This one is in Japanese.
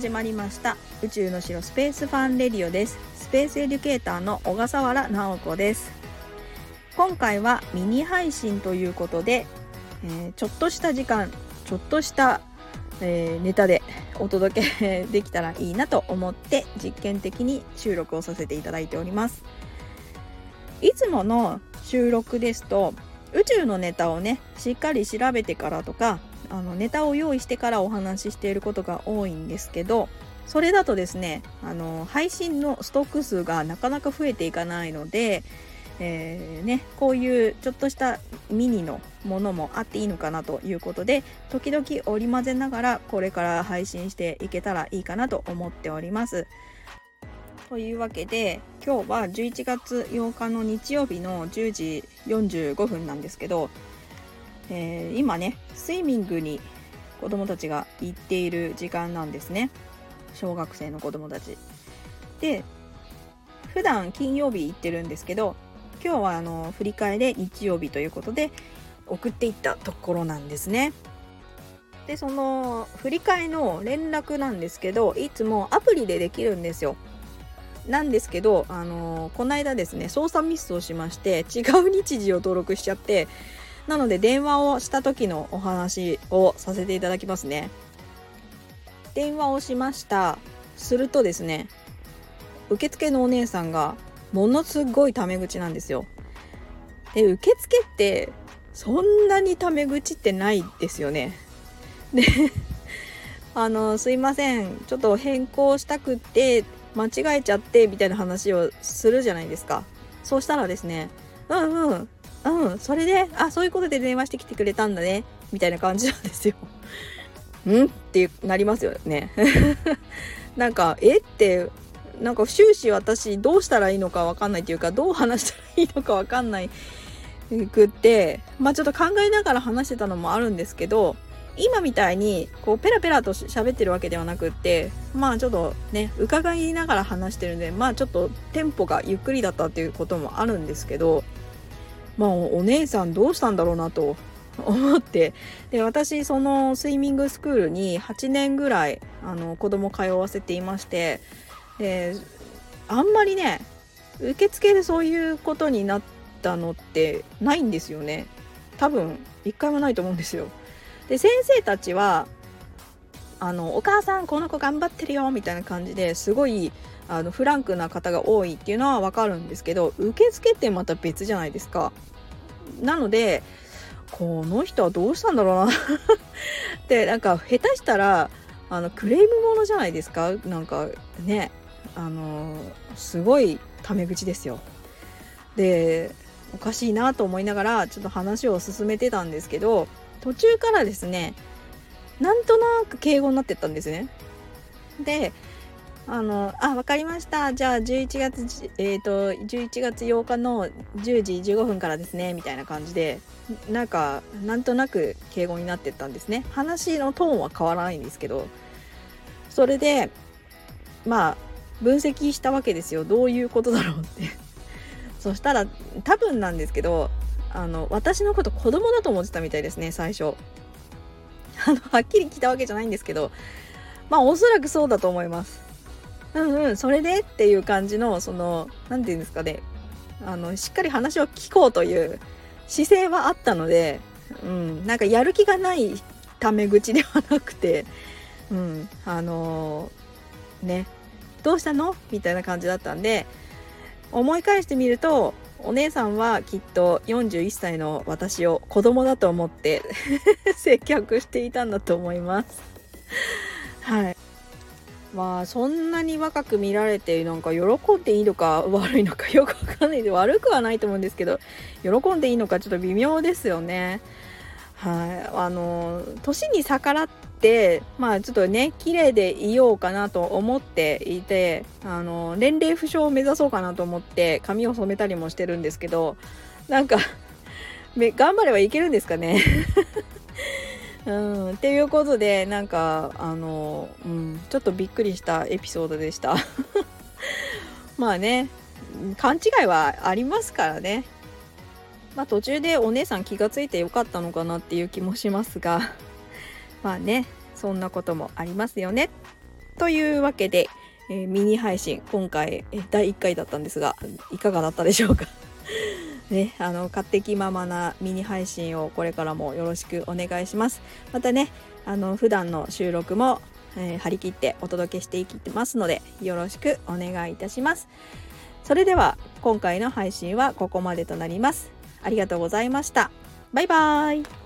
始まりました宇宙の城スペースファンレディオです。スペースエデュケーターの小笠原直子です。今回はミニ配信ということで、ちょっとした時間、ちょっとした、ネタでお届けできたらいいなと思って実験的に収録をさせていただいております。いつもの収録ですと宇宙のネタをねしっかり調べてからとかネタを用意してからお話ししていることが多いんですけど、それだとですね配信のストック数がなかなか増えていかないので、こういうちょっとしたミニのものもあっていいのかなということで、時々織り交ぜながらこれから配信していけたらいいかなと思っております。というわけで今日は11月8日の日曜日の10時45分なんですけど、今ねスイミングに子どもたちが行っている時間なんですね。小学生の子どもたちで、普段金曜日行ってるんですけど、今日は振り替えで日曜日ということで送っていったところなんですね。でその振り替えの連絡なんですけど、いつもアプリでできるんですよ。なんですけどこの間ですね操作ミスをしまして、違う日時を登録しちゃって、なので電話をした時のお話をさせていただきますね。電話をしました。するとですね、受付のお姉さんがものすごいタメ口なんですよ。で受付ってそんなにタメ口ってないですよね。ですいません、ちょっと変更したくって間違えちゃってみたいな話をするじゃないですか。そうしたらですね、それでそういうことで電話してきてくれたんだねみたいな感じなんですよ。ってなりますよね。なんかってなんか終始私どうしたらいいのか分かんないというか、どう話したらいいのか分かんないくって、ちょっと考えながら話してたのもあるんですけど、今みたいにこうペラペラと喋ってるわけではなくって、ちょっとね伺いながら話してるんで、ちょっとテンポがゆっくりだったっていうこともあるんですけど、お姉さんどうしたんだろうなと思って、で私そのスイミングスクールに8年ぐらい子供通わせていまして、であんまりね受付でそういうことになったのってないんですよね。多分一回もないと思うんですよ。で先生たちはお母さんこの子頑張ってるよみたいな感じですごいフランクな方が多いっていうのはわかるんですけど、受付ってまた別じゃないですか。なのでこの人はどうしたんだろうなでなんか下手したらクレームものじゃないですか。なんかねすごいタメ口ですよ。でおかしいなと思いながらちょっと話を進めてたんですけど、途中からですねなんとなく敬語になってったんですね。でわかりました、じゃあ11月8日の10時15分からですねみたいな感じで、なんとなく敬語になってったんですね。話のトーンは変わらないんですけど、それで分析したわけですよ。どういうことだろうってそしたら多分なんですけど私のこと子供だと思ってたみたいですね。最初はっきり聞いたわけじゃないんですけど、おそらくそうだと思います。それでっていう感じのなんていうんですかね、しっかり話を聞こうという姿勢はあったので、なんかやる気がないタメ口ではなくて、どうしたのみたいな感じだったんで、思い返してみるとお姉さんはきっと41歳の私を子供だと思って接客していたんだと思います。はい。そんなに若く見られて喜んでいいのか悪いのかよくわかんないで、悪くはないと思うんですけど、喜んでいいのかちょっと微妙ですよね。はい。年に逆らってちょっとね綺麗でいようかなと思っていて、年齢不詳を目指そうかなと思って髪を染めたりもしてるんですけど、頑張ればいけるんですかねっていうことでちょっとびっくりしたエピソードでした勘違いはありますからね。途中でお姉さん気がついてよかったのかなっていう気もしますがそんなこともありますよねというわけで、ミニ配信今回第1回だったんですが、いかがだったでしょうかね、勝手気ままなミニ配信をこれからもよろしくお願いします。またね、普段の収録も、張り切ってお届けしていきますので、よろしくお願いいたします。それでは今回の配信はここまでとなります。ありがとうございました。バイバーイ。